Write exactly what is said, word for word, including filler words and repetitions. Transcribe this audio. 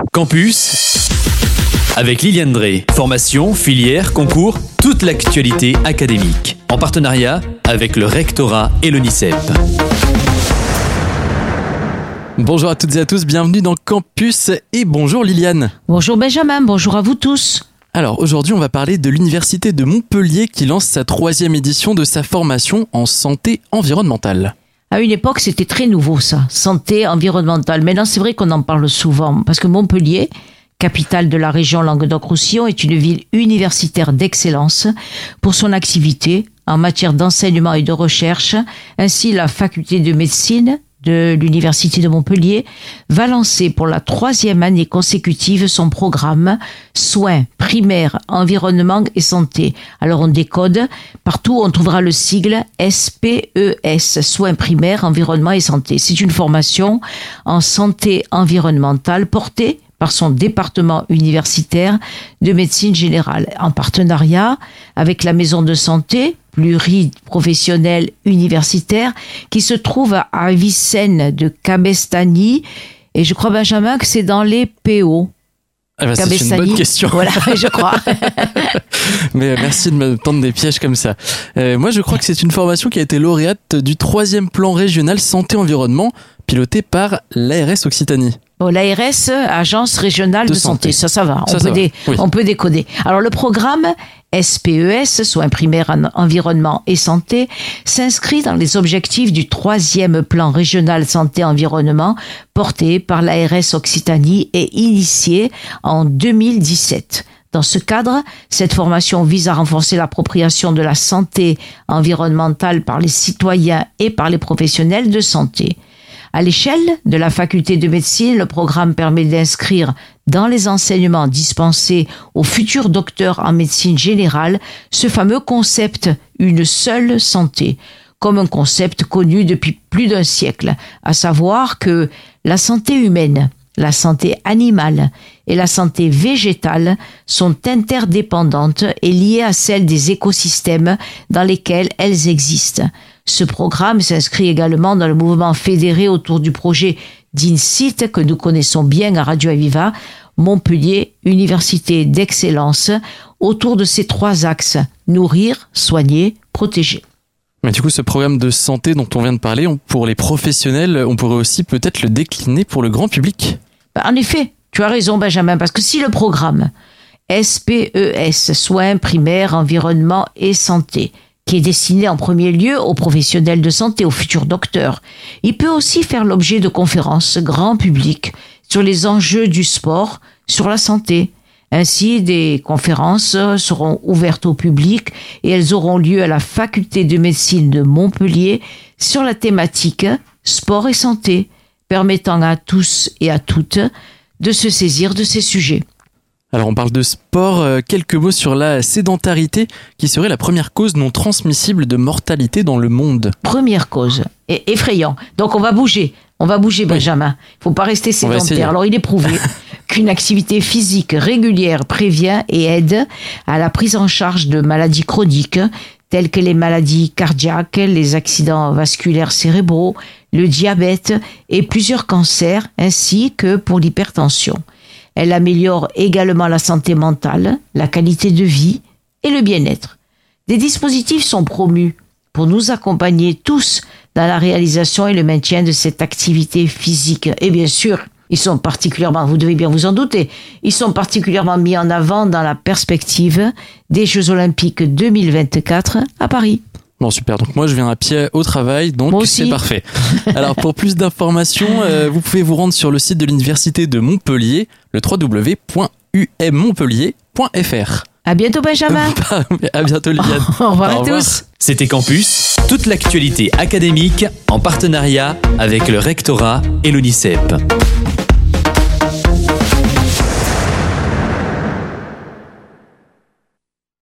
Campus avec Liliane Drey. Formation, filière, concours, toute l'actualité académique. En partenariat avec le rectorat et l'O N I C E P. Bonjour à toutes et à tous, bienvenue dans Campus et bonjour Liliane. Bonjour Benjamin, bonjour à vous tous. Alors aujourd'hui on va parler de l'université de Montpellier qui lance sa troisième édition de sa formation en santé environnementale. À une époque c'était très nouveau ça, santé environnementale. Maintenant c'est vrai qu'on en parle souvent parce que Montpellier, capitale de la région Languedoc-Roussillon, est une ville universitaire d'excellence pour son activité en matière d'enseignement et de recherche. Ainsi la faculté de médecine de l'Université de Montpellier va lancer pour la troisième année consécutive son programme Soins primaires, environnement et santé. Alors on décode, partout on trouvera le sigle S P E S, Soins primaires, environnement et santé. C'est une formation en santé environnementale portée par son département universitaire de médecine générale, en partenariat avec la maison de santé pluriprofessionnelle universitaire qui se trouve à Avicenne de Cabestany. Et je crois, Benjamin, que c'est dans les P O. Ah bah c'est une bonne question. Voilà, je crois. Mais merci de me tendre des pièges comme ça. Euh, moi, je crois que c'est une formation qui a été lauréate du troisième plan régional santé-environnement, piloté par l'A R S Occitanie. Oh, l'A R S, Agence régionale de, de santé. santé. Ça, ça va. On, ça, peut, ça dé- va. Oui. on peut décoder. Alors, le programme S P E S, Soins primaires en environnement et santé, s'inscrit dans les objectifs du troisième plan régional santé-environnement porté par l'A R S Occitanie et initié en deux mille dix-sept. Dans ce cadre, cette formation vise à renforcer l'appropriation de la santé environnementale par les citoyens et par les professionnels de santé. À l'échelle de la faculté de médecine, le programme permet d'inscrire dans les enseignements dispensés aux futurs docteurs en médecine générale ce fameux concept « une seule santé », comme un concept connu depuis plus d'un siècle, à savoir que la santé humaine, la santé animale et la santé végétale sont interdépendantes et liées à celles des écosystèmes dans lesquels elles existent. Ce programme s'inscrit également dans le mouvement fédéré autour du projet d'INSIT que nous connaissons bien à Radio Aviva, Montpellier, université d'excellence, autour de ces trois axes, nourrir, soigner, protéger. Mais du coup, ce programme de santé dont on vient de parler, pour les professionnels, on pourrait aussi peut-être le décliner pour le grand public. En effet, tu as raison Benjamin, parce que si le programme S P E S, Soins primaires, environnement et santé, qui est destiné en premier lieu aux professionnels de santé, aux futurs docteurs, il peut aussi faire l'objet de conférences grand public sur les enjeux du sport, sur la santé. Ainsi, des conférences seront ouvertes au public et elles auront lieu à la faculté de médecine de Montpellier sur la thématique sport et santé, permettant à tous et à toutes de se saisir de ces sujets. Alors on parle de sport, euh, quelques mots sur la sédentarité qui serait la première cause non transmissible de mortalité dans le monde. Première cause, et effrayant. Donc on va bouger, on va bouger Benjamin. Il ne faut pas rester sédentaire. Alors il est prouvé qu'une activité physique régulière prévient et aide à la prise en charge de maladies chroniques telles que les maladies cardiaques, les accidents vasculaires cérébraux, le diabète et plusieurs cancers, ainsi que pour l'hypertension. Elle améliore également la santé mentale, la qualité de vie et le bien-être. Des dispositifs sont promus pour nous accompagner tous dans la réalisation et le maintien de cette activité physique. Et bien sûr, ils sont particulièrement, vous devez bien vous en douter, ils sont particulièrement mis en avant dans la perspective des Jeux Olympiques deux mille vingt-quatre à Paris. Bon super, donc moi je viens à pied au travail, donc c'est parfait. Alors pour plus d'informations, euh, vous pouvez vous rendre sur le site de l'université de Montpellier, le w w w point u m montpellier point f r. À bientôt Benjamin. À bientôt Liliane. Au revoir à tous. C'était Campus, toute l'actualité académique en partenariat avec le rectorat et l'O N I C E P.